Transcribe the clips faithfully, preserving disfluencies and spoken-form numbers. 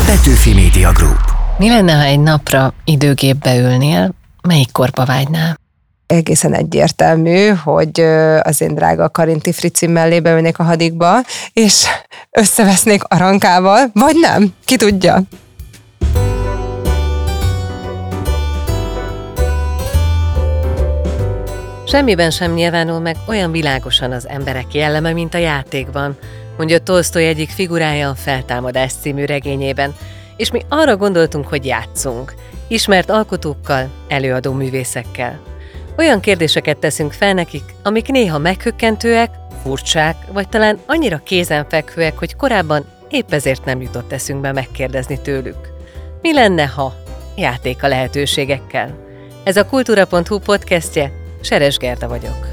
Petőfi Media Group. Mi lenne, ha egy napra időgépbe ülnél, melyik korba vágynál? Egészen egyértelmű, hogy az én drága Karinti Frici mellé beülnék a hadikba, és összevesznék Arankával, vagy nem? Ki tudja? Semmiben sem nyilvánul meg olyan világosan az emberek jelleme, mint a játékban, mondja Tolsztoj egyik figurája a Feltámadás című regényében, és mi arra gondoltunk, hogy játszunk, ismert alkotókkal, előadó művészekkel. Olyan kérdéseket teszünk fel nekik, amik néha meghökkentőek, furcsák, vagy talán annyira kézenfekvőek, hogy korábban épp ezért nem jutott eszünkbe megkérdezni tőlük. Mi lenne, ha? Játék a lehetőségekkel. Ez a kultúra pont hu podcastje, Seres Gerda vagyok.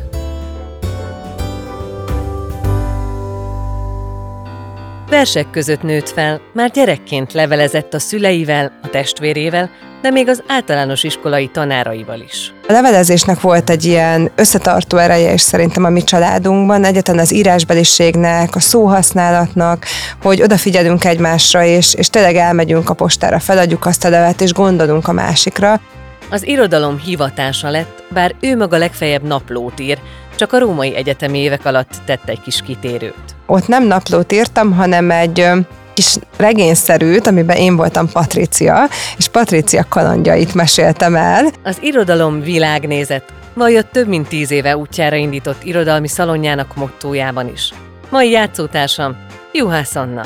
Versek között nőtt fel, már gyerekként levelezett a szüleivel, a testvérével, de még az általános iskolai tanáraival is. A levelezésnek volt egy ilyen összetartó ereje is szerintem a mi családunkban, egyetlen az írásbeliségnek, a szóhasználatnak, hogy odafigyelünk egymásra, és, és tényleg elmegyünk a postára, feladjuk azt a levelet, és gondolunk a másikra. Az irodalom hivatása lett, bár ő maga legfeljebb naplót ír, csak a római egyetemi évek alatt tett egy kis kitérőt. Ott nem naplót írtam, hanem egy kis regényszerűt, amiben én voltam Patricia, és Patricia kalandjait meséltem el. Az irodalom világnézet vajon több mint tíz éve útjára indított irodalmi szalonjának mottójában is. Mai játszótársam Juhász Anna.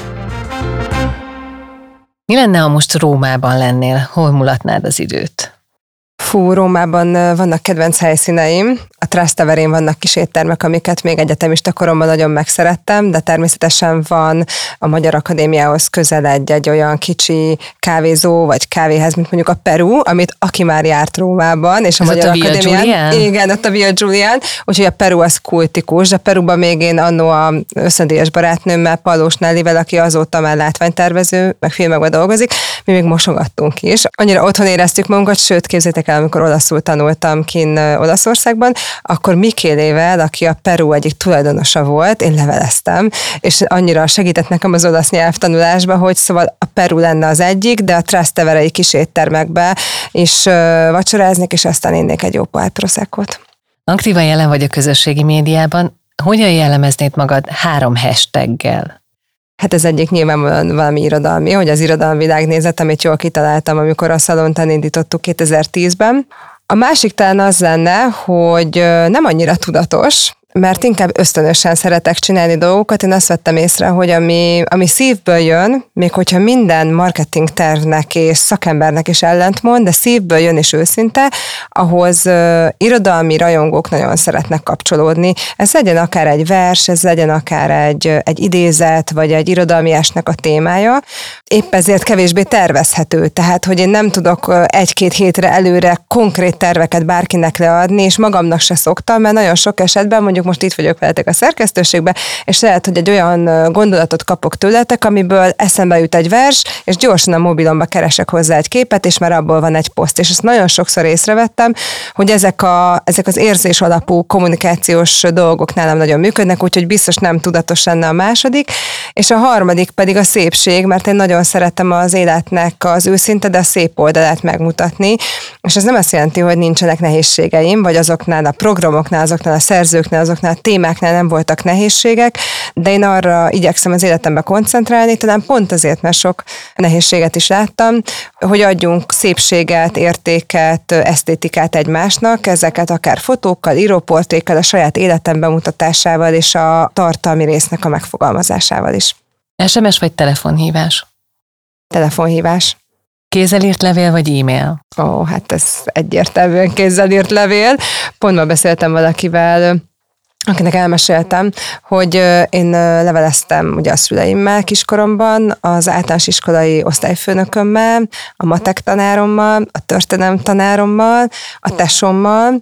Mi lenne, ha most Rómában lennél? Hol mulatnád az időt? Fú, Rómában vannak kedvenc helyszíneim, a Trasteverén vannak kis éttermek, amiket még egyetemista koromban nagyon megszerettem, de természetesen van a Magyar Akadémiához közel egy, egy olyan kicsi kávézó, vagy kávéház, mint mondjuk a Peru, amit aki már járt Rómában, és a Ez Magyar ott a Akadémián. Igen, ott a Via Giulián, úgyhogy a Peru az kultikus, de Peruban még én annó a összendíjas barátnőmmel, Pallós Nellivel, aki azóta már látványtervező, meg filmekben dolgozik, mi még mosogattunk is. Annyira otthon éreztük magunkat, sőt, képzeljétek el, amikor olaszul tanultam kint Olaszországban, akkor Mikélével, aki a Peru egyik tulajdonosa volt, én leveleztem, és annyira segített nekem az olasz nyelvtanulásba, hogy szóval a Peru lenne az egyik, de a Trasteverei kis éttermekbe is vacsoráznék, és aztán innék egy jó pohár proseccot. Aktívan jelen vagy a közösségi médiában. Hogyan jellemeznéd magad három hashtaggel? Hát ez egyik nyilvánvalóan valami irodalmi, hogy az irodalmi világnézet, amit jól kitaláltam, amikor a szalont elindítottuk kétezer-tízben. A másik talán az lenne, hogy nem annyira tudatos, mert inkább ösztönösen szeretek csinálni dolgokat. Én azt vettem észre, hogy ami, ami szívből jön, még hogyha minden marketing tervnek és szakembernek is ellentmond, de szívből jön és őszinte, ahhoz uh, irodalmi rajongók nagyon szeretnek kapcsolódni. Ez legyen akár egy vers, ez legyen akár egy, egy idézet, vagy egy irodalmiásnak a témája. Épp ezért kevésbé tervezhető. Tehát, hogy én nem tudok egy-két hétre előre konkrét terveket bárkinek leadni, és magamnak se szoktam, mert nagyon sok esetben mondjuk most itt vagyok veletek a szerkesztőségben, és lehet, hogy egy olyan gondolatot kapok tőletek, amiből eszembe jut egy vers, és gyorsan a mobilomba keresek hozzá egy képet, és már abból van egy poszt. És ezt nagyon sokszor észrevettem, hogy ezek, a, ezek az érzés alapú kommunikációs dolgok nálam nagyon működnek, úgyhogy biztos nem tudatos lenne a második. És a harmadik pedig a szépség, mert én nagyon szeretem az életnek az őszinte, de a szép oldalát megmutatni. És ez nem azt jelenti, hogy nincsenek nehézségeim, vagy azoknál a programoknál, azoknál a szerzőknél, azoknál a témáknál nem voltak nehézségek, de én arra igyekszem az életembe koncentrálni, talán pont azért, mert sok nehézséget is láttam, hogy adjunk szépséget, értéket, esztétikát egymásnak, ezeket akár fotókkal, íróportrékkal, a saját életem bemutatásával és a tartalmi résznek a megfogalmazásával is. es em es vagy telefonhívás? Telefonhívás. Kézzel írt levél vagy e-mail? Ó, hát ez egyértelműen kézzel írt levél. Pont ma beszéltem valakivel, akinek elmeséltem, hogy én leveleztem ugye a szüleimmel kiskoromban, az általános iskolai osztályfőnökömmel, a matek tanárommal, a történelem tanárommal, a tesómmal,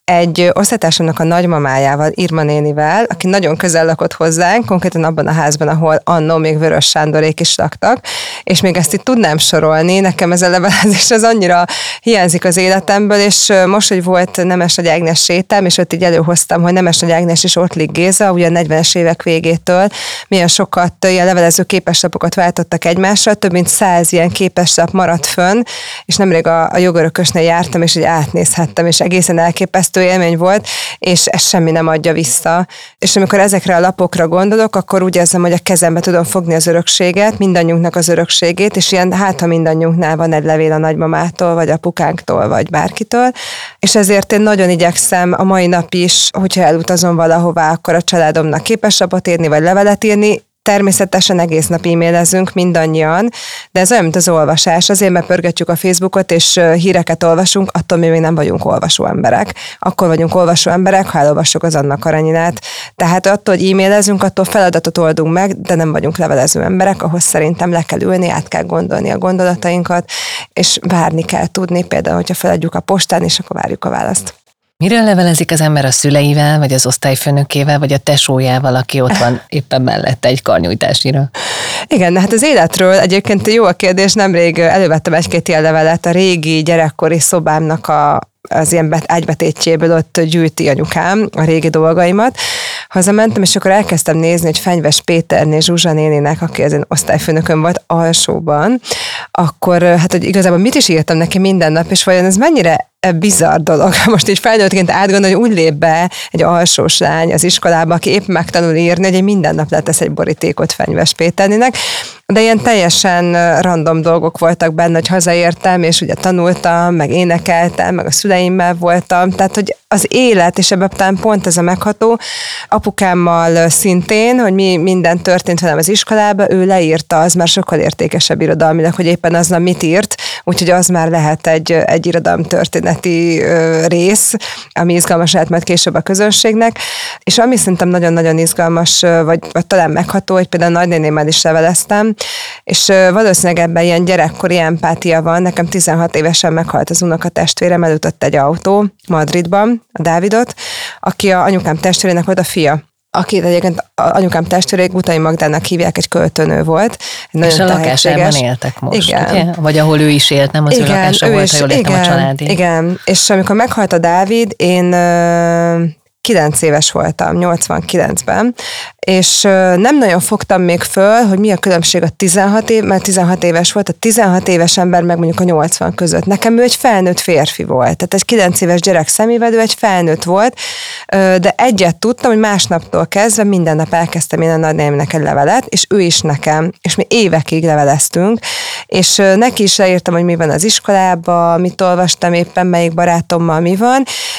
egy osztálytársamnak a nagymamájával, Irma nénivel, aki nagyon közel lakott hozzánk, konkrétan abban a házban, ahol annó még Vörös Sándorék is laktak, és még ezt itt tudnám sorolni, nekem ez a levelezés az annyira hiányzik az életemből, és most, hogy volt Nemesnagy Ágnes sétám, és ott így előhoztam, hogy Nemesnagy Ágnes és Ortlik Géza, ugye a negyvenes évek végétől milyen sokat ilyen levelező képeslapokat váltottak egymással, több mint száz ilyen képeslap maradt fönn, és nemrég a, a jogörökösnél jártam, és így átnézhettem, és egészen elképesztő élmény volt, és ez semmi nem adja vissza. És amikor ezekre a lapokra gondolok, akkor úgy érzem, hogy a kezembe tudom fogni az örökséget, mindannyiunknak az örökségét, és ilyen hát, ha mindannyiunknál van egy levél a nagymamától, vagy apukánktól, vagy bárkitől, és ezért én nagyon igyekszem a mai nap is, hogyha elutazom valahová, akkor a családomnak képeslapot írni, vagy levelet írni. Természetesen egész nap e-mailezünk mindannyian, de ez olyan, mint az olvasás. Azért, mert pörgetjük a Facebookot, és híreket olvasunk, attól mi még nem vagyunk olvasó emberek. Akkor vagyunk olvasó emberek, ha elolvassuk az Anna Kareninát. Tehát attól, hogy e-mailezünk, attól feladatot oldunk meg, de nem vagyunk levelező emberek, ahhoz szerintem le kell ülni, át kell gondolni a gondolatainkat, és várni kell tudni, például, hogyha feladjuk a postán, és akkor várjuk a választ. Miről levelezik az ember a szüleivel, vagy az osztályfőnökével, vagy a tesójával, aki ott van éppen mellette egy karnyújtásira? Igen, hát az életről egyébként jó a kérdés, nemrég elővettem egy-két ilyen levelet a régi gyerekkori szobámnak a az ilyen ágybetétjéből ott gyűjti anyukám a régi dolgaimat. Hazamentem, és akkor elkezdtem nézni, hogy Fenyves Péterné Zsuzsa néninek, aki az én osztályfőnököm volt alsóban, akkor hát, hogy igazából mit is írtam neki minden nap, és vajon ez mennyire bizarr dolog. Most így felnőttként átgondolni, hogy úgy lép be egy alsós lány az iskolába, aki épp megtanul írni, hogy egy minden nap letesz egy borítékot Fenyves Péternének, de ilyen teljesen random dolgok voltak benne, hogy hazaértem, és ugye tanultam, meg énekeltem, meg a szüleimmel voltam, tehát hogy az élet, és ebben talán pont ez a megható, apukámmal szintén, hogy mi minden történt velem az iskolában, ő leírta, az már sokkal értékesebb irodalmilag, hogy éppen aznap mit írt, úgyhogy az már lehet egy, egy irodalomtörténeti rész, ami izgalmas lehet majd később a közönségnek, és ami szerintem nagyon-nagyon izgalmas, vagy, vagy talán megható, hogy például a nagynénémmel is leveleztem, és valószínűleg ebben ilyen gyerekkori empátia van, nekem tizenhat évesen meghalt az unokatestvérem, elütött egy autó Madridban, a Dávidot, aki a anyukám testvérének volt a fia, aki egyébként anyukám testvéré Gutai Magdának hívják, egy költőnő volt. Egy és a lakásában éltek most, igen. Ugye? Vagy ahol ő is élt, nem az igen, ő lakása volt, ha jól értem, a családi. Igen, és amikor meghalt a Dávid, én kilenc éves voltam, nyolcvankilencben, és nem nagyon fogtam még föl, hogy mi a különbség a tizenhat év, mert tizenhat éves volt, a tizenhat éves ember meg mondjuk a nyolcvan között. Nekem ő egy felnőtt férfi volt, tehát egy kilenc éves gyerek szemével ő egy felnőtt volt, de egyet tudtam, hogy másnaptól kezdve minden nap elkezdtem én a nagynénémnek egy levelet, és ő is nekem, és mi évekig leveleztünk, és neki is leírtam, hogy mi van az iskolában, mit olvastam éppen, melyik barátommal mi van,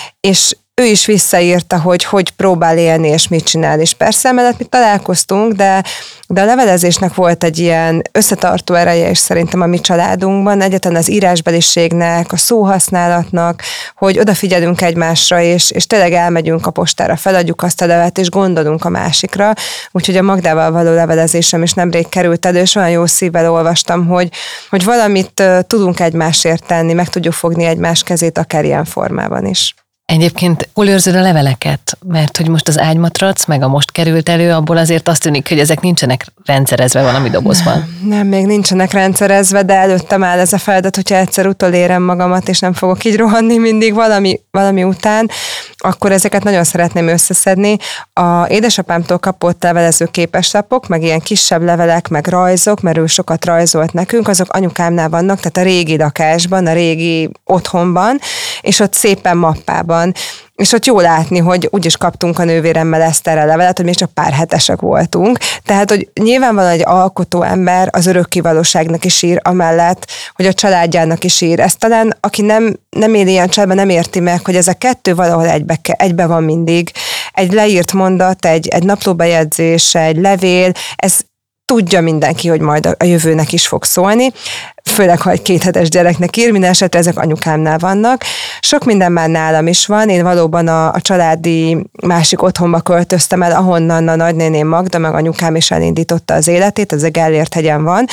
és ő is visszaírta, hogy hogy próbál élni, és mit csinál, és persze emellett mi találkoztunk, de, de a levelezésnek volt egy ilyen összetartó ereje, és szerintem a mi családunkban, egyetlen az írásbeliségnek, a szóhasználatnak, hogy odafigyelünk egymásra, és, és tényleg elmegyünk a postára, feladjuk azt a levelet, és gondolunk a másikra, úgyhogy a Magdával való levelezésem is nemrég került elő, és olyan jó szívvel olvastam, hogy, hogy valamit tudunk egymásért tenni, meg tudjuk fogni egymás kezét, akár ilyen formában is. Egyébként hol őrzöd a leveleket? Mert hogy most az ágymatrac, meg a most került elő, abból azért azt tűnik, hogy ezek nincsenek rendszerezve valami dobozban. Nem, nem, még nincsenek rendszerezve, de előttem áll ez a feladat, hogyha egyszer utolérem magamat, és nem fogok így rohanni mindig valami, valami után, akkor ezeket nagyon szeretném összeszedni. A édesapámtól kapott levelező képeslapok, meg ilyen kisebb levelek, meg rajzok, mert ő sokat rajzolt nekünk, azok anyukámnál vannak, tehát a régi lakásban, a régi otthonban, és ott szépen mappában. És ott jó látni, hogy úgyis kaptunk a nővéremmel Eszterrel levelet, hogy még csak pár hetesek voltunk. Tehát, hogy nyilvánvalóan egy alkotó ember az örökkivalóságnak is ír, amellett, hogy a családjának is ír. Ezt talán, aki nem, nem él ilyen családban, nem érti meg, hogy ez a kettő valahol egybe, egybe van mindig. Egy leírt mondat, egy, egy naplóbejegyzés, egy levél, ez tudja mindenki, hogy majd a jövőnek is fog szólni, főleg, ha egy kéthetes gyereknek ír, minden esetre ezek anyukámnál vannak. Sok minden már nálam is van, én valóban a, a családi másik otthonba költöztem el, ahonnan a nagynéném Magda, meg anyukám is elindította az életét, ez a Gellért hegyen van,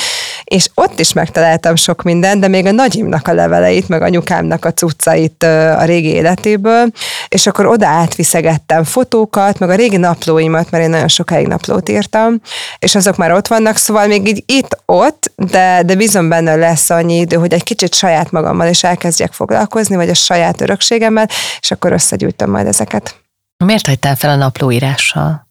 és ott is megtaláltam sok mindent, de még a nagyimnak a leveleit, meg anyukámnak a cuccait a régi életéből, és akkor oda átviszegettem fotókat, meg a régi naplóimat, mert én nagyon sokáig naplót írtam, és azok már ott vannak, szóval még így itt-ott, de, de bízom benne lesz annyi idő, hogy egy kicsit saját magammal is elkezdjek foglalkozni, vagy a saját örökségemmel, és akkor összegyűjtöm majd ezeket. Miért hagytál fel a naplóírással?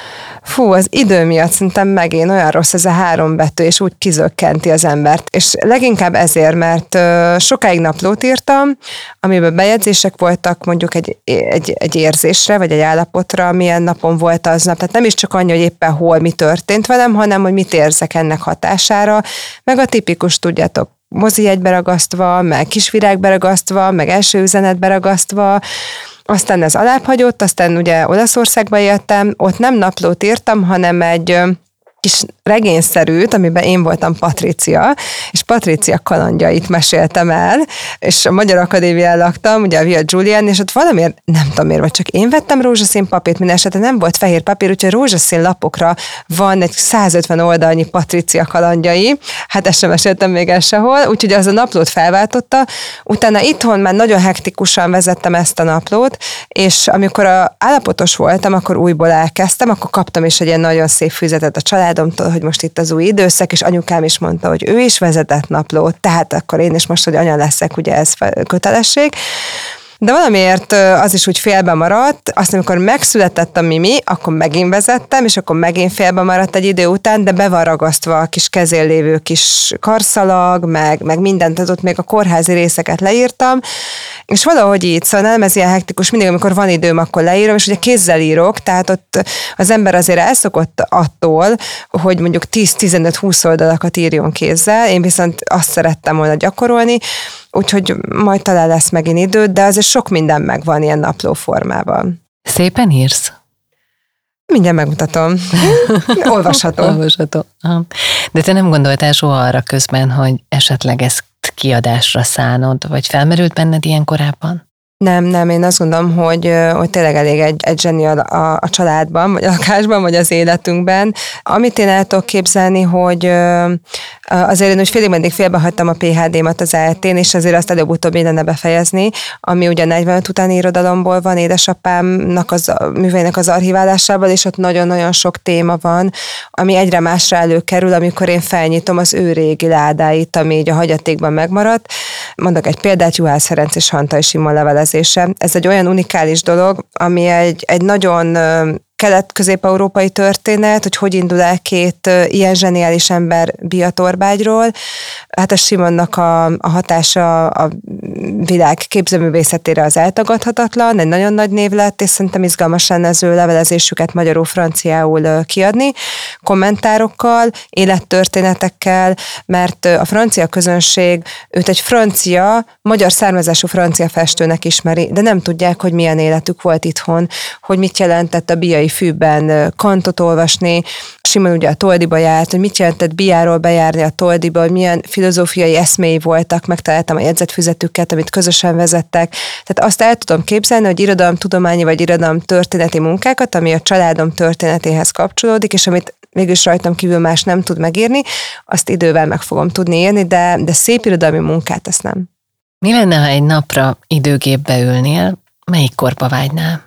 Fú, az idő miatt szerintem megint olyan rossz ez a három betű, és úgy kizökkenti az embert. És leginkább ezért, mert sokáig naplót írtam, amiben bejegyzések voltak mondjuk egy, egy, egy érzésre, vagy egy állapotra, milyen napon volt aznap. Tehát nem is csak annyi, hogy éppen hol mi történt velem, hanem hogy mit érzek ennek hatására, meg a tipikus, tudjátok, mozijegybe ragasztva, meg kisvirágbe ragasztva, meg első üzenetbe ragasztva, aztán ez alábbhagyott, aztán ugye Olaszországba éltem, ott nem naplót írtam, hanem egy kis regényszerűt, amiben én voltam Patricia, és Patricia kalandjait meséltem el, és a Magyar Akadémián laktam, ugye a Via Giulián, és ott valamiért, nem tudom miért, vagy csak én vettem rózsaszín papírt, minden esetre nem volt fehér papír, úgyhogy rózsaszín lapokra van egy százötven oldalnyi Patricia kalandjai, hát ezt sem meséltem még el sehol, úgyhogy az a naplót felváltotta, utána itthon már nagyon hektikusan vezettem ezt a naplót, és amikor a állapotos voltam, akkor újból elkezdtem, akkor kaptam is egy ilyen nagyon szép füzetet a családomtól, hogy most itt az új időszak, és anyukám is mondta, hogy ő is vezetett naplót, tehát akkor én is most, hogy anya leszek, ugye ez kötelesség. De valamiért az is úgy félbe maradt, aztán amikor megszületett a Mimi, akkor megint vezettem, és akkor megint félbe maradt egy idő után, de be van ragasztva a kis kezén lévő kis karszalag, meg, meg mindent, tehát ott még a kórházi részeket leírtam, és valahogy így, szóval nem ez ilyen hektikus, mindig amikor van időm, akkor leírom, és ugye kézzel írok, tehát ott az ember azért elszokott attól, hogy mondjuk tíz-tizenöt-húsz oldalakat írjon kézzel, én viszont azt szerettem volna gyakorolni, úgyhogy majd talán lesz megint idő, de azért sok minden megvan ilyen napló formában. Szépen írsz? Mindjárt megmutatom. Olvasható. Olvasható. De te nem gondoltál soha arra közben, hogy esetleg ezt kiadásra szánod, vagy felmerült benned ilyen korábban? Nem, nem, én azt gondolom, hogy, hogy tényleg elég egy, egy zseni a, a, a családban, vagy a lakásban, vagy az életünkben. Amit én el tudok képzelni, hogy azért én úgy félig meddig félbehagytam a pé há dé-mat az é el té-n, és azért azt előbb-utóbb lenne befejezni, ami ugye negyvenöt utáni irodalomból van, édesapámnak az műveinek az archiválásával, és ott nagyon-nagyon sok téma van, ami egyre másra előkerül, amikor én felnyitom az ő régi ládáit, ami így a hagyatékban megmaradt. Mondok egy példát, Juhász Ferenc és Hantai Simon levelezése. Ez egy olyan unikális dolog, ami egy, egy nagyon kelet-közép-európai történet, hogy hogy indul el két ilyen zseniális ember Biatorbágyról. Hát a Simonnak a, a hatása a világ képzőművészetére az eltagadhatatlan, egy nagyon nagy név lett, és szerintem izgalmas lenne az ő levelezésüket magyarul-franciául kiadni, kommentárokkal, élettörténetekkel, mert a francia közönség őt egy francia, magyar származású francia festőnek ismeri, de nem tudják, hogy milyen életük volt itthon, hogy mit jelentett a Biai Fűben kantot olvasni. Simon ugye a Toldiba járt, hogy mit jelentett Biáról bejárni a Toldiba, hogy milyen filozófiai eszméi voltak, megtaláltam a jegyzetfüzetüket, amit közösen vezettek. Tehát azt el tudom képzelni, hogy irodalomtudományi vagy irodalomtörténeti munkákat, ami a családom történetéhez kapcsolódik, és amit mégis rajtam kívül más nem tud megírni, azt idővel meg fogom tudni írni, de, de szép irodalmi munkát azt nem. Mi lenne, ha egy napra időgépbe ülnél, melyik korba vágynál?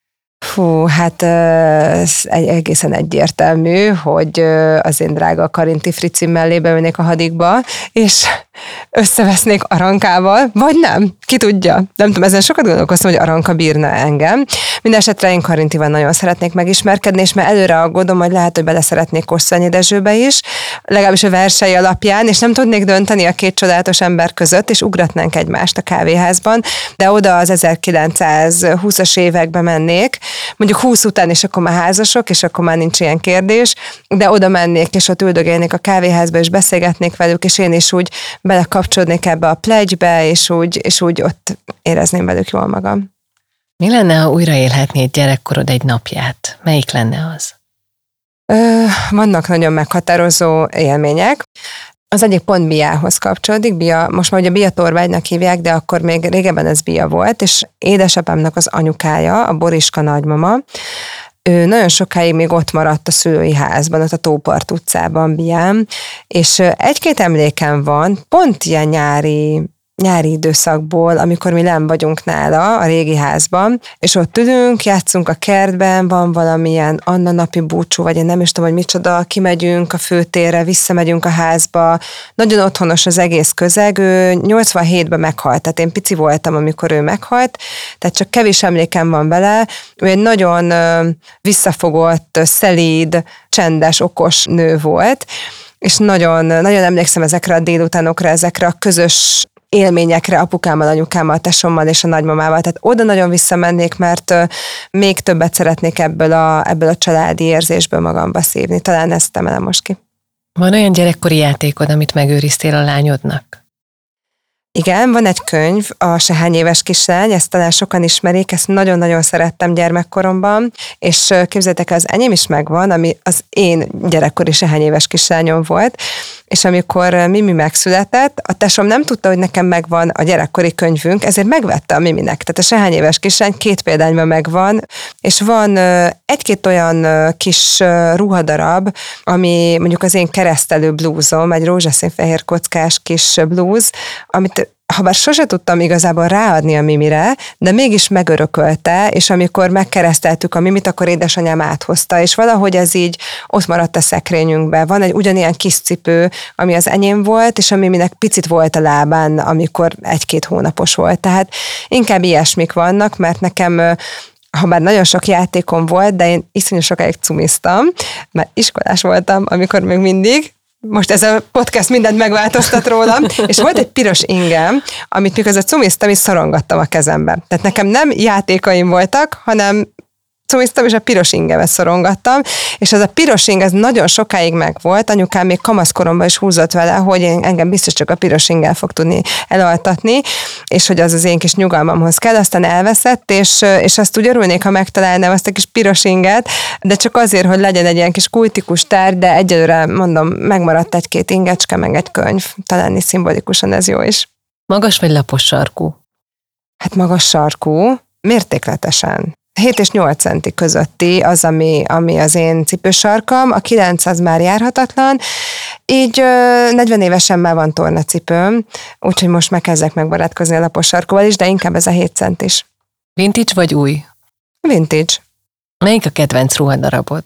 Fú, hát ez egy egészen egyértelmű, hogy az én drága Karinti Fricim mellé beülnék a hadikba, és összevesznék Arankával, vagy nem, ki tudja. Nem tudom, ezen sokat gondolkoztam, hogy Aranka bírna engem. Mindenesetre én Karintival nagyon szeretnék megismerkedni, és már előre aggódom, hogy lehet, hogy bele szeretnék Kosszányi Dezsőbe is, legalábbis a versei alapján, és nem tudnék dönteni a két csodálatos ember között, és ugratnánk egymást a kávéházban, de oda az ezerkilencszázhúszas évekbe mennék, mondjuk húsz után, és akkor már házasok, és akkor már nincs ilyen kérdés, de oda mennék, és ott üldögélnék a kávéházba, és beszélgetnék velük, és én is úgy belekapcsolnék ebbe a pledge-be, és úgy, és úgy ott érezném velük jól magam. Mi lenne, ha újraélhetnéd gyerekkorod egy napját? Melyik lenne az? Ö, vannak nagyon meghatározó élmények. Az egyik pont Biához kapcsolódik. Bia, most már ugye Biatorbágynak hívják, de akkor még régebben ez Bia volt, és édesapámnak az anyukája, a Boriska nagymama, ő nagyon sokáig még ott maradt a szülői házban, ott a Tópart utcában, Bián, és egy-két emlékem van, pont ilyen nyári nyári időszakból, amikor mi lenn vagyunk nála, a régi házban, és ott ülünk, játszunk a kertben, van valamilyen Anna napi búcsú, vagy én nem is tudom, hogy micsoda, kimegyünk a főtérre, visszamegyünk a házba, nagyon otthonos az egész közeg, ő nyolcvanhétben meghalt, tehát én pici voltam, amikor ő meghalt, tehát csak kevés emlékem van vele, ő egy nagyon visszafogott, szelíd, csendes, okos nő volt, és nagyon, nagyon emlékszem ezekre a délutánokra, ezekre a közös élményekre apukámmal, anyukámmal, tesommal és a nagymamával. Tehát oda nagyon visszamennék, mert még többet szeretnék ebből a, ebből a családi érzésből magamba szívni. Talán ezt emelem most ki. Van olyan gyerekkori játékod, amit megőriztél a lányodnak? Igen, van egy könyv, a Sehány éves kislány, ezt talán sokan ismerik, ezt nagyon-nagyon szerettem gyermekkoromban, és képzeljétek el, az enyém is megvan, ami az én gyerekkori Sehány éves kislányom volt, és amikor Mimi megszületett, a tesom nem tudta, hogy nekem megvan a gyerekkori könyvünk, ezért megvette a Miminek. Tehát a Sehány éves kislány két példányban megvan, és van egy-két olyan kis ruhadarab, ami mondjuk az én keresztelő blúzom, egy rózsaszínfehér kockás kis blúz, amit habár sose tudtam igazából ráadni a Mimire, de mégis megörökölte, és amikor megkereszteltük a Mimit, akkor édesanyám áthozta, és valahogy ez így ott maradt a szekrényünkben. Van egy ugyanilyen kis cipő, ami az enyém volt, és a Miminek picit volt a lábán, amikor egy-két hónapos volt. Tehát inkább ilyesmik vannak, mert nekem ha bár nagyon sok játékom volt, de én iszonyú sokáig cumiztam, mert iskolás voltam, amikor még mindig, most ez a podcast mindent megváltoztat rólam, és volt egy piros ingem, amit miközben cumiztam, és szorongattam a kezembe. Tehát nekem nem játékaim voltak, hanem cumiztam, és a piros ingemet szorongattam, és ez a piros ing, ez nagyon sokáig megvolt, anyukám még kamaszkoromban is húzott vele, hogy engem biztos csak a piros ingel fog tudni elaltatni, és hogy az az én kis nyugalmamhoz kell, aztán elveszett, és, és azt úgy örülnék, ha megtalálnám azt a kis piros inget, de csak azért, hogy legyen egy ilyen kis kultikus tárgy, de egyelőre mondom, megmaradt egy-két ingecske, meg egy könyv, talán is szimbolikusan ez jó is. Magas vagy lapos sarkú? Hát magas sarkú, mértékletesen. hét és nyolc centi közötti az, ami, ami az én cipősarkam, a kilenc az már járhatatlan, így ö, negyven évesen már van tornacipőm, úgyhogy most meg kezdek megbarátkozni a lapos sarkúval is, de inkább ez a hét centis. Vintage vagy új? Vintage. Melyik a kedvenc ruhadarabod?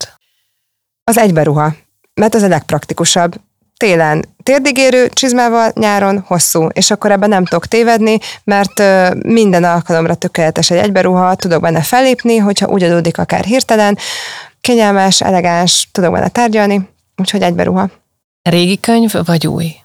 Az egyberuha, mert az a legpraktikusabb. Télen térdigérő, csizmával, nyáron hosszú, és akkor ebben nem tudok tévedni, mert ö, minden alkalomra tökéletes egy egyberuha, tudok benne fellépni, hogyha úgy adódik akár hirtelen, kényelmes, elegáns, tudok benne tárgyalni, úgyhogy egyberuha. Régi könyv vagy új?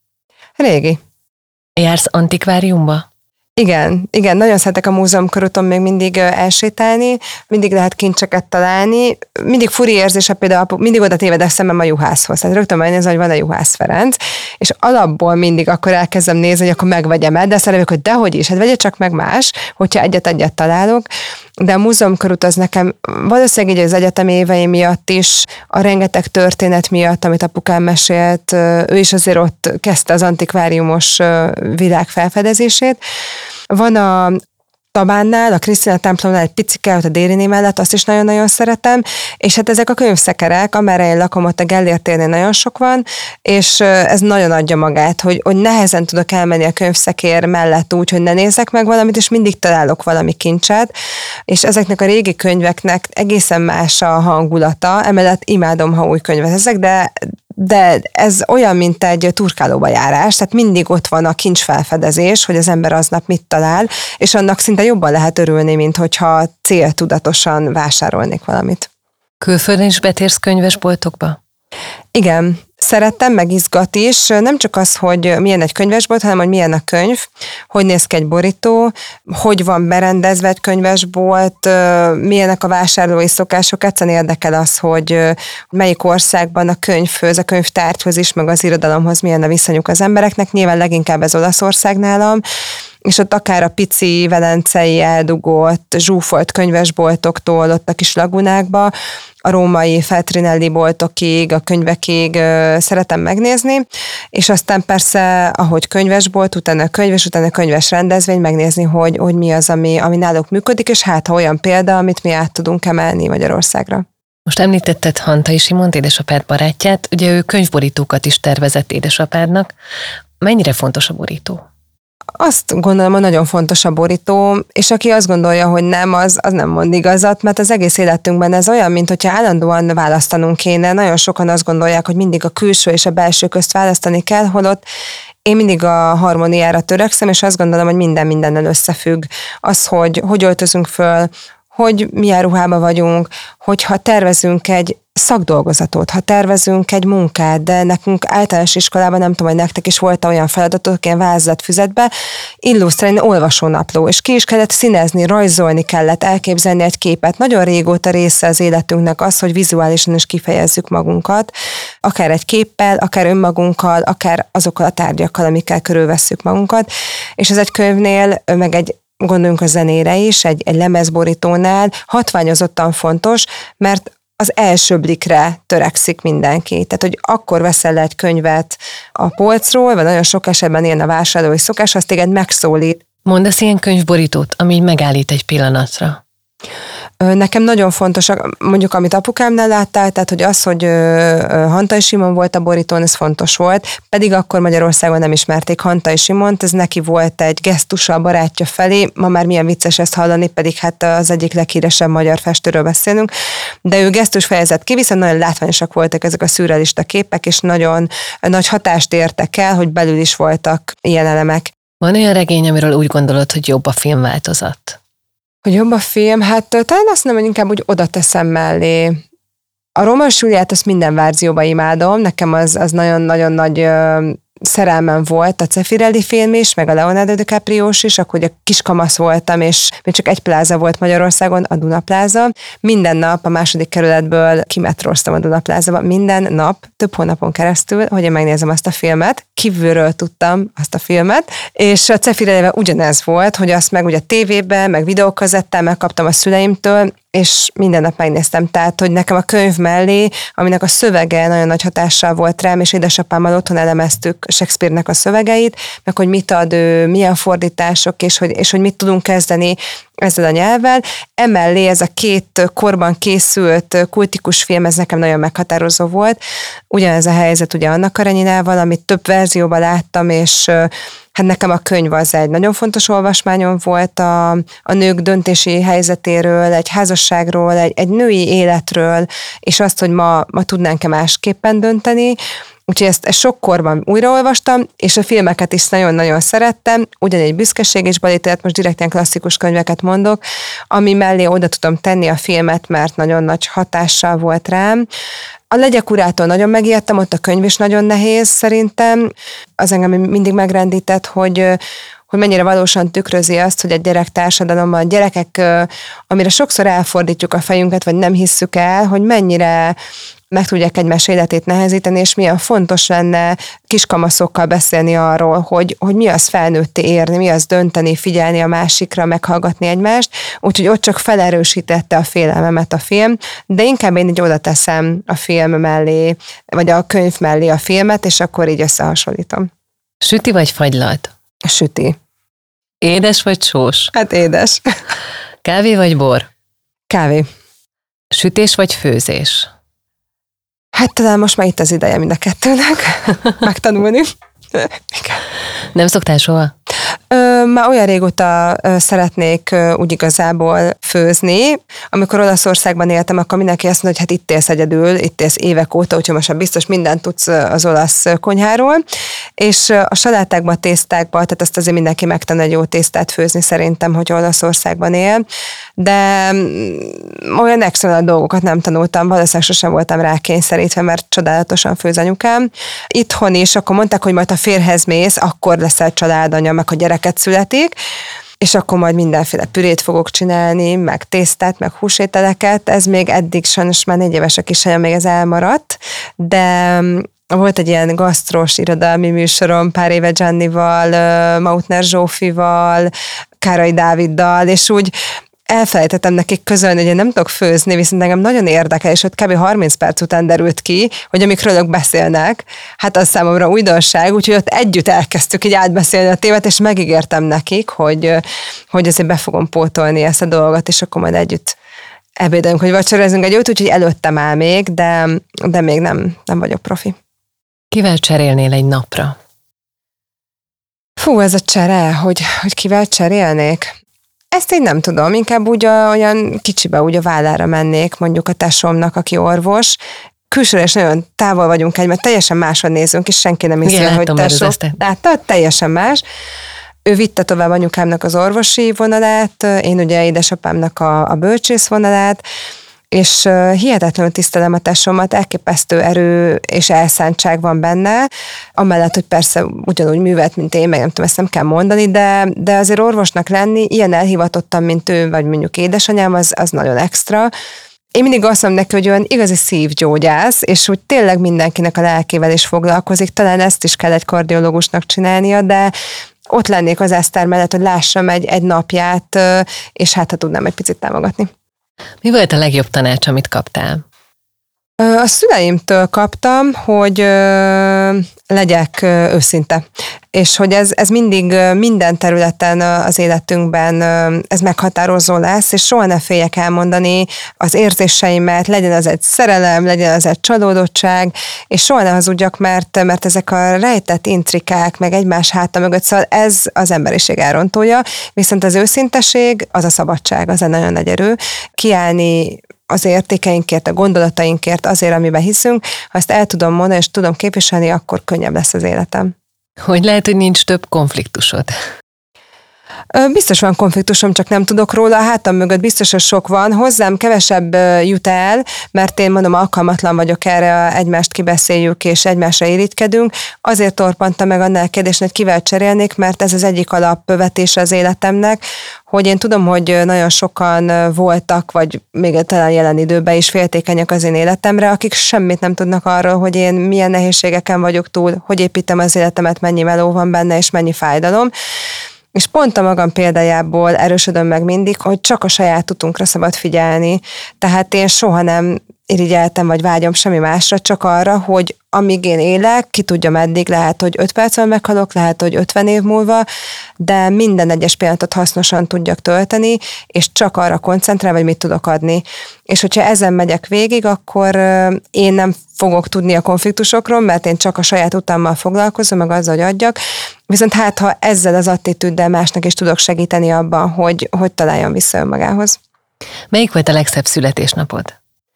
Régi. Jársz antikváriumba? Igen, igen, nagyon szeretek a múzeumkörúton még mindig elsétálni, mindig lehet kincseket találni, mindig furi érzése például, mindig oda tévedek szemem a juhászhoz, tehát rögtön megnézem, hogy van a Juhász Ferenc, és alapból mindig akkor elkezdem nézni, hogy akkor megvegyem el, de azt elevek, hogy dehogy is, hát vegye csak meg más, hogyha egyet-egyet találok, de a múzeumkörút az nekem valószínűleg így az egyetem éveim miatt is, a rengeteg történet miatt, amit apukám mesélt, ő is azért ott kezdte az antikváriumos világ felfedezését. Van a Tabánnál, a Krisztina templomnál egy picike, ott a Dériné mellett, azt is nagyon-nagyon szeretem, és hát ezek a könyvszekerek, amerre én lakom, ott a Gellért térnél nagyon sok van, és ez nagyon adja magát, hogy, hogy nehezen tudok elmenni a könyvszekér mellett úgy, hogy ne nézzek meg valamit, és mindig találok valami kincset, és ezeknek a régi könyveknek egészen más a hangulata, emellett imádom, ha új könyvet ezek, de de ez olyan, mint egy turkálóba járás, tehát mindig ott van a kincsfelfedezés, hogy az ember aznap mit talál, és annak szinte jobban lehet örülni, mint hogyha céltudatosan vásárolnék valamit. Külföldön is betérsz könyvesboltokba? Igen, szerettem, meg izgat is, nem csak az, hogy milyen egy könyvesbolt, hanem hogy milyen a könyv, hogy néz ki egy borító, hogy van berendezve egy könyvesbolt, milyenek a vásárlói szokások. Egyszerűen érdekel az, hogy melyik országban a könyvhöz, a könyvtárgyhoz is, meg az irodalomhoz milyen a viszonyuk az embereknek. Nyilván leginkább ez Olaszország nálam, és ott akár a pici velencei eldugott, zsúfolt könyvesboltoktól ott a kis lagunákba, a római Feltrinelli boltokig, a könyvekig szeretem megnézni, és aztán persze, ahogy könyvesbolt, utána könyves, utána könyves rendezvény, megnézni, hogy, hogy mi az, ami, ami náluk működik, és hát ha olyan példa, amit mi át tudunk emelni Magyarországra. Most említetted Hantai Simont, édesapád barátját, ugye ő könyvborítókat is tervezett édesapádnak. Mennyire fontos a borító? Azt gondolom, hogy nagyon fontos a borító, és aki azt gondolja, hogy nem, az, az nem mond igazat, mert az egész életünkben ez olyan, mint hogyha állandóan választanunk kéne. Nagyon sokan azt gondolják, hogy mindig a külső és a belső közt választani kell, holott én mindig a harmóniára törekszem, és azt gondolom, hogy minden mindennel összefügg. Az, hogy hogy öltözünk föl, hogy milyen ruhában vagyunk, hogyha tervezünk egy szakdolgozatot, ha tervezünk egy munkát, de nekünk általános iskolában, nem tudom, hogy nektek is volt olyan feladatok, ilyen vázlatfüzetbe, illusztrálni olvasónapló, és ki is kellett színezni, rajzolni kellett, elképzelni egy képet. Nagyon régóta része az életünknek az, hogy vizuálisan is kifejezzük magunkat, akár egy képpel, akár önmagunkkal, akár azokkal a tárgyakkal, amikkel körülvesszük magunkat, és ez egy könyvnél, meg egy gondoljunk a zenére is, egy, egy lemezborítónál hatványozottan fontos, mert az első blikre törekszik mindenki. Tehát, hogy akkor veszel le egy könyvet a polcról, vagy nagyon sok esetben ilyen a vásárlói szokás, az téged megszólít. Mondasz ilyen könyvborítót, ami megállít egy pillanatra? Nekem nagyon fontos, mondjuk amit apukámnál láttál, tehát hogy az, hogy Hantai Simon volt a borítón, ez fontos volt, pedig akkor Magyarországon nem ismerték Hantai Simont, ez neki volt egy gesztusa a barátja felé, ma már milyen vicces ezt hallani, pedig hát az egyik leghíresebb magyar festőről beszélünk, de ő gesztus fejezett ki, viszont nagyon látványosak voltak ezek a szürrealista képek, és nagyon nagy hatást értek el, hogy belül is voltak ilyen elemek. Van olyan regény, amiről úgy gondolod, hogy jobb a filmváltozat? Hogy jobb a film? Hát talán azt nem, hogy inkább úgy oda teszem mellé. A Rómeó és Júliát azt minden verzióban imádom, nekem az, az nagyon-nagyon nagy ö, szerelmem volt a Zeffirelli film is, meg a Leonardo DiCaprio-s is, akkor ugye kiskamasz voltam, és még csak egy pláza volt Magyarországon, a Duna pláza. Minden nap a második kerületből kimetróztam a Duna plázába, minden nap, több hónapon keresztül, hogy én megnézem azt a filmet, kívülről tudtam azt a filmet, és a Zeffirellivel ugyanez volt, hogy azt meg ugye tévében, meg videókazettán megkaptam a szüleimtől, és minden nap megnéztem, tehát, hogy nekem a könyv mellé, aminek a szövege nagyon nagy hatással volt rám, és édesapámmal otthon elemeztük Shakespeare-nek a szövegeit, meg hogy mit ad ő, milyen fordítások, és hogy, és hogy mit tudunk kezdeni ezzel a nyelvvel. Emellé ez a két korban készült kultikus film, ez nekem nagyon meghatározó volt. Ugyanez a helyzet ugye Anna Kareninával, amit több verzióban láttam, és hát nekem a könyv az egy nagyon fontos olvasmányom volt a, a nők döntési helyzetéről, egy házasságról, egy, egy női életről, és azt, hogy ma, ma tudnánk-e másképpen dönteni. Úgyhogy ezt, ezt sok korban újraolvastam, és a filmeket is nagyon-nagyon szerettem, ugyanígy Büszkeség és balítélet, most direkt ilyen klasszikus könyveket mondok, ami mellé oda tudom tenni a filmet, mert nagyon nagy hatással volt rám. A Legyek urától nagyon megijedtem, ott a könyv is nagyon nehéz szerintem. Az engem mindig megrendített, hogy hogy mennyire valósan tükrözi azt, hogy egy gyerektársadalomban a gyerekek, amire sokszor elfordítjuk a fejünket, vagy nem hisszük el, hogy mennyire meg tudják egymás életét nehezíteni, és milyen fontos lenne kiskamaszokkal beszélni arról, hogy, hogy mi az felnőtté érni, mi az dönteni, figyelni a másikra, meghallgatni egymást, úgyhogy ott csak felerősítette a félelmemet a film, de inkább én így oda teszem a film mellé, vagy a könyv mellé a filmet, és akkor így összehasonlítom. Süti vagy fagylalt? Süti. Édes vagy sós? Hát édes. Kávé vagy bor? Kávé. Sütés vagy főzés? Hát talán most már itt az ideje mind a kettőnek megtanulni. Nem szoktál soha? Ö, már olyan régóta ö, szeretnék ö, úgy igazából főzni. Amikor Olaszországban éltem, akkor mindenki azt mondta, hogy hát itt élsz egyedül, itt élsz évek óta, úgyhogy most már biztos mindent tudsz az olasz konyháról. És a salátákban, tésztákban, tehát azt azért mindenki megtanul egy jó tésztát főzni szerintem, hogy Olaszországban él. De olyan extra dolgokat nem tanultam, valószínűleg sosem voltam rá kényszerítve, mert csodálatosan főz anyukám. Itthon is, akkor mondták, hogy majd a férhez mész, akkor leszel családanya, meg a gyereket születik, és akkor majd mindenféle pürét fogok csinálni, meg tésztát, meg húsételeket. Ez még eddig sajnos már négy éves a kisanyám, még ez elmaradt, de volt egy ilyen gasztros irodalmi műsorom pár éve Giannival, Mautner Zsófival, Károly Dáviddal, és úgy elfelejtettem nekik közölni, hogy én nem tudok főzni, viszont engem nagyon érdekel, és ott kb. harminc perc után derült ki, hogy amikről ők beszélnek, hát az számomra újdonság, úgyhogy ott együtt elkezdtük így átbeszélni a témát, és megígértem nekik, hogy, hogy azért be fogom pótolni ezt a dolgot, és akkor majd együtt ebédelünk, hogy vacsorázunk egy jót, úgyhogy előttem áll még, de, de még nem, nem vagyok profi. Kivel cserélnél egy napra? Fú, ez a csere, hogy, hogy kivel cserélnék? Ezt én nem tudom, inkább úgy a, olyan kicsibe úgy a vállára mennék, mondjuk a tesómnak, aki orvos. Külsőre is nagyon távol vagyunk egy, mert teljesen máshogy nézünk, és senki nem hiszi, igen, hogy tesó. Láttad? Teljesen más. Ő vitte tovább anyukámnak az orvosi vonalát, én ugye édesapámnak a, a bölcsész vonalát, és hihetetlenül tisztelem a tesómat, elképesztő erő és elszántság van benne, amellett, hogy persze ugyanúgy művelt, mint én, meg nem tudom, ezt nem kell mondani, de, de azért orvosnak lenni, ilyen elhivatottan, mint ő, vagy mondjuk édesanyám, az, az nagyon extra. Én mindig azt mondom neki, hogy olyan igazi szívgyógyász, és úgy tényleg mindenkinek a lelkével is foglalkozik, talán ezt is kell egy kardiológusnak csinálnia, de ott lennék az Eszter mellett, hogy lássam egy, egy napját, és hát ha tudnám egy picit támogatni. Mi volt a legjobb tanács, amit kaptál? A szüleimtől kaptam, hogy legyek őszinte, és hogy ez, ez mindig minden területen az életünkben ez meghatározó lesz, és soha ne féljek elmondani az érzéseimet, legyen az egy szerelem, legyen az egy csalódottság, és soha ne hazudjak, mert, mert ezek a rejtett intrikák, meg egymás háta mögött, szóval ez az emberiség elrontója, viszont az őszinteség, az a szabadság, az egy nagyon nagy erő, kiállni az értékeinkért, a gondolatainkért, azért, amiben hiszünk, ha ezt el tudom mondani, és tudom képviselni, akkor könnyebb lesz az életem. Hogy lehet, hogy nincs több konfliktusod? Biztos van konfliktusom, csak nem tudok róla, a hátam mögött biztos, hogy sok van, hozzám kevesebb jut el, mert én mondom, alkalmatlan vagyok erre, egymást kibeszéljük és egymásra irigykedünk. Azért torpanta meg annál a kérdésnek, hogy kivel cserélnék, mert ez az egyik alapvetése az életemnek, hogy én tudom, hogy nagyon sokan voltak, vagy még talán jelen időben is féltékenyek az én életemre, akik semmit nem tudnak arról, hogy én milyen nehézségeken vagyok túl, hogy építem az életemet, mennyi meló van benne, és mennyi fájdalom. És pont a magam példájából erősödöm meg mindig, hogy csak a saját utunkra szabad figyelni. Tehát én soha nem irigyeltem, vagy vágyom semmi másra, csak arra, hogy amíg én élek, ki tudja meddig, lehet, hogy öt perccel meghalok, lehet, hogy ötven év múlva, de minden egyes pillanatot hasznosan tudjak tölteni, és csak arra koncentrál, vagy mit tudok adni. És hogyha ezen megyek végig, akkor én nem fogok tudni a konfliktusokról, mert én csak a saját utammal foglalkozom, meg azzal, hogy adjak. Viszont hát, ha ezzel az attitűddel másnak is tudok segíteni abban, hogy, hogy találjon vissza önmagához. Melyik volt a legszebb születésnapod?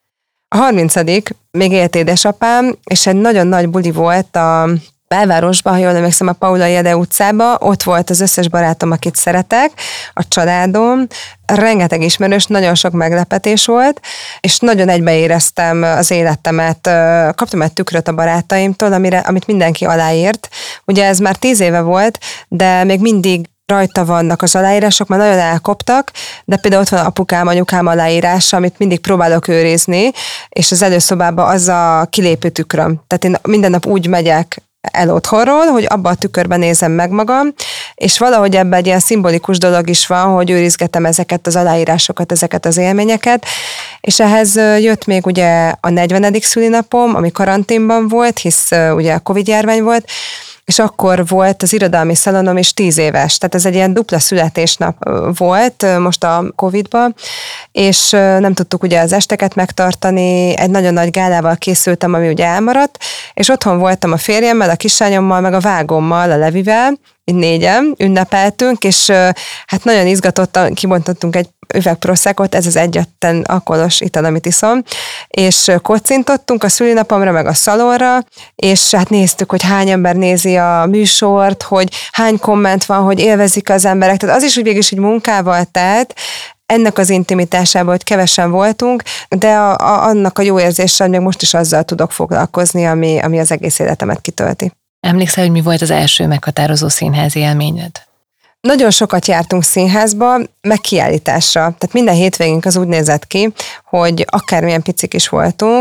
A harmincadik még élt édesapám, és egy nagyon nagy buli volt a belvárosban, ha jól emlékszem, a Paula Jede utcába, ott volt az összes barátom, akit szeretek, a családom, rengeteg ismerős, nagyon sok meglepetés volt, és nagyon egybeéreztem az életemet, kaptam egy tükröt a barátaimtól, amire, amit mindenki aláírt. Ugye ez már tíz éve volt, de még mindig rajta vannak az aláírások, már nagyon elkoptak, de például ott van apukám, anyukám aláírása, amit mindig próbálok őrizni, és az előszobában az a kilépő tükröm. Tehát én minden nap úgy megyek el otthonról, hogy abba a tükörben nézem meg magam, és valahogy ebben egy ilyen szimbolikus dolog is van, hogy őrizgetem ezeket az aláírásokat, ezeket az élményeket, és ehhez jött még ugye a negyvenedik szülinapom, ami karanténban volt, hisz ugye a Covid járvány volt, és akkor volt az irodalmi szalonom is tíz éves, tehát ez egy ilyen dupla születésnap volt most a Covidban, és nem tudtuk ugye az esteket megtartani, egy nagyon nagy gálával készültem, ami ugye elmaradt, és otthon voltam a férjemmel, a kislányommal, meg a vágommal, a Levivel, így négyen ünnepeltünk, és hát nagyon izgatottan kibontottunk egy üveg prosecco't, ez az egyetlen alkoholos ital, amit iszom, és kocintottunk a szülinapomra, meg a szalonra, és hát néztük, hogy hány ember nézi a műsort, hogy hány komment van, hogy élvezik az emberek, tehát az is úgy végül is így munkával telt, ennek az intimitásában, hogy kevesen voltunk, de a, a, annak a jó érzéssel még most is azzal tudok foglalkozni, ami, ami az egész életemet kitölti. Emlékszel, hogy mi volt az első meghatározó színházi élményed? Nagyon sokat jártunk színházba, meg kiállításra. Tehát minden hétvégénk az úgy nézett ki, hogy akármilyen picik is voltunk,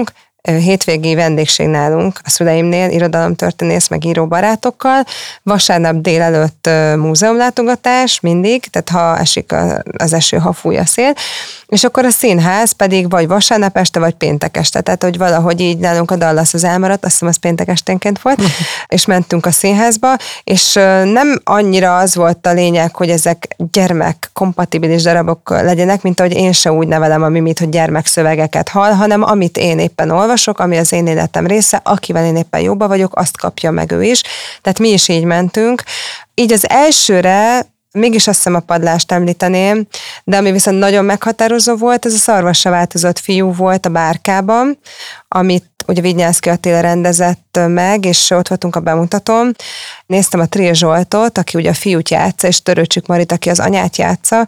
hétvégi vendégség nálunk a szüleimnél, irodalomtörténész, meg író barátokkal, vasárnap délelőtt múzeumlátogatás mindig, tehát ha esik az eső, ha fúj a szél, és akkor a színház pedig vagy vasárnap este, vagy péntek este, tehát hogy valahogy így nálunk a Dallas az elmaradt, azt hiszem az péntek esténként volt, és mentünk a színházba, és nem annyira az volt a lényeg, hogy ezek gyermek kompatibilis darabok legyenek, mint ahogy én se úgy nevelem a Mimit, hogy gyermekszövegeket hall, hanem amit én éppen olvasok, ami az én életem része, akivel én éppen jobban vagyok, azt kapja meg ő is. Tehát mi is így mentünk. Így az elsőre mégis azt hiszem a Padlást említeném, de ami viszont nagyon meghatározó volt, ez a Szarvassá változott fiú volt a Bárkában, amit ugye Vignyánszky Attila rendezett meg, és ott voltunk a bemutatón. Néztem a Trill Zsoltot, aki ugye a fiút játsza, és Törőcsik Marit, aki az anyát játsza,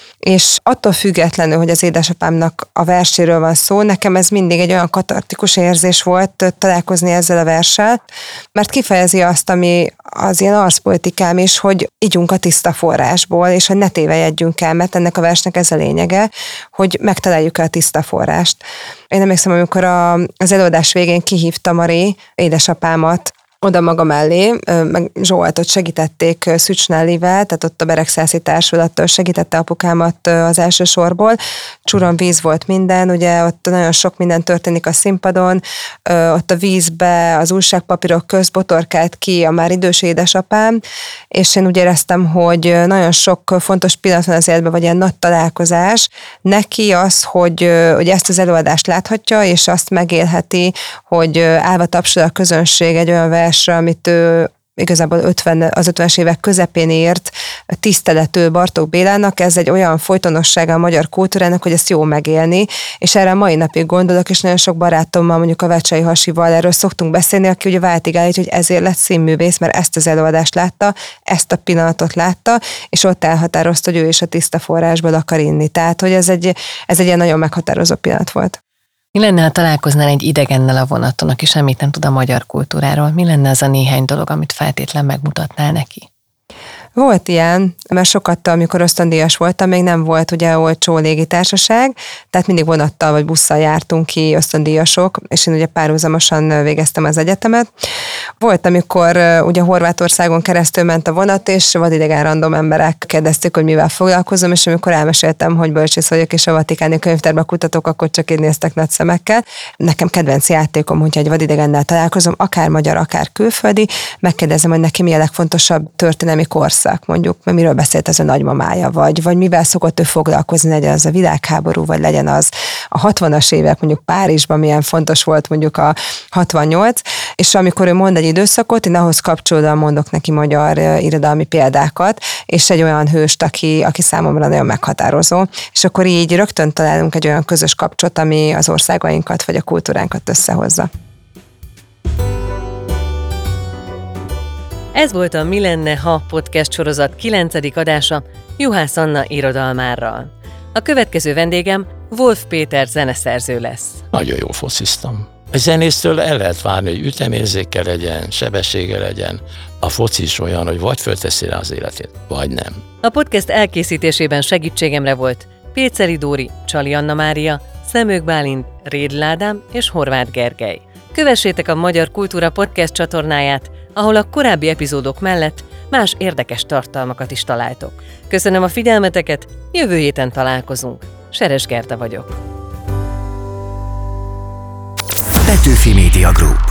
és attól függetlenül, hogy az édesapámnak a verséről van szó, nekem ez mindig egy olyan katartikus érzés volt találkozni ezzel a verssel, mert kifejezi azt, ami az ilyen arszpolitikám is, hogy igyunk a tiszta forrásból, és hogy ne tévejedjünk el, mert ennek a versnek ez a lényege, hogy megtaláljuk el a tiszta forrást. Én emlékszem, amikor a, az előadás végén kihívta Mari édesapámat oda maga mellé, meg Zsoltot segítették Szücs Nellivel, tehát ott a Beregszászi Társulattól segítette apukámat az első sorból. Csuron víz volt minden, ugye ott nagyon sok minden történik a színpadon, ott a vízbe az újságpapírok közt botorkált ki a már idős édesapám, és én úgy éreztem, hogy nagyon sok fontos pillanat van az életben, vagy ilyen nagy találkozás. Neki az, hogy, hogy ezt az előadást láthatja, és azt megélheti, hogy állva tapsol a közönség egy olyan vers, amit ő igazából ötven, az ötvenes évek közepén írt, tisztelető Bartók Bélának, ez egy olyan folytonossága a magyar kultúrának, hogy ezt jó megélni, és erre a mai napig gondolok, és nagyon sok barátommal, mondjuk a Vecsei Hasival erről szoktunk beszélni, aki ugye váltig állít, hogy ezért lett színművész, mert ezt az előadást látta, ezt a pillanatot látta, és ott elhatározta, hogy ő is a tiszta forrásból akar inni. Tehát, hogy ez egy, ez egy ilyen nagyon meghatározó pillanat volt. Mi lenne, ha találkoznál egy idegennel a vonaton, aki semmit nem tud a magyar kultúráról? Mi lenne az a néhány dolog, amit feltétlen megmutatnál neki? Volt ilyen, mert sokat, amikor ösztöndíjas voltam, még nem volt ugye olcsó légitársaság, tehát mindig vonattal vagy busszal jártunk ki ösztöndíjasok, és én ugye párhuzamosan végeztem az egyetemet. Volt, amikor ugye Horvátországon keresztül ment a vonat, és vadidegen random emberek kérdezték, hogy mivel foglalkozom, és amikor elmeséltem, hogy bölcsész vagyok, és a Vatikáni könyvtárban kutatok, akkor csak így néztek nagy szemekkel. Nekem kedvenc játékom, hogyha egy vadidegennel találkozom, akár magyar, akár külföldi, megkérdezem, hogy neki mi a legfontosabb történelmi korszak, mondjuk, miről beszélt az a nagymamája, vagy, vagy mivel szokott ő foglalkozni, legyen az a világháború, vagy legyen az a hatvanas évek, mondjuk Párizsban milyen fontos volt mondjuk a hatvannyolc, és amikor ő mond egy időszakot, én ahhoz kapcsolódóan mondok neki magyar irodalmi példákat, és egy olyan hőst, aki, aki számomra nagyon meghatározó, és akkor így rögtön találunk egy olyan közös kapcsolat, ami az országainkat, vagy a kultúránkat összehozza. Ez volt a Mi lenne, ha podcast sorozat kilencedik adása Juhász Anna irodalmárral. A következő vendégem Wolf Péter zeneszerző lesz. Nagyon jó fociztam. A zenésztől el lehet várni, hogy ütemérzéke legyen, sebessége legyen. A foci is olyan, hogy vagy fölteszi rá az életét, vagy nem. A podcast elkészítésében segítségemre volt Péceli Dóri, Csali Anna Mária, Szemők Bálint, Rédl Ádám és Horváth Gergely. Kövessétek a Magyar Kultúra Podcast csatornáját, ahol a korábbi epizódok mellett más érdekes tartalmakat is találtok. Köszönöm a figyelmeteket, jövő héten találkozunk. Seres Gerda vagyok. Petőfi Media Group.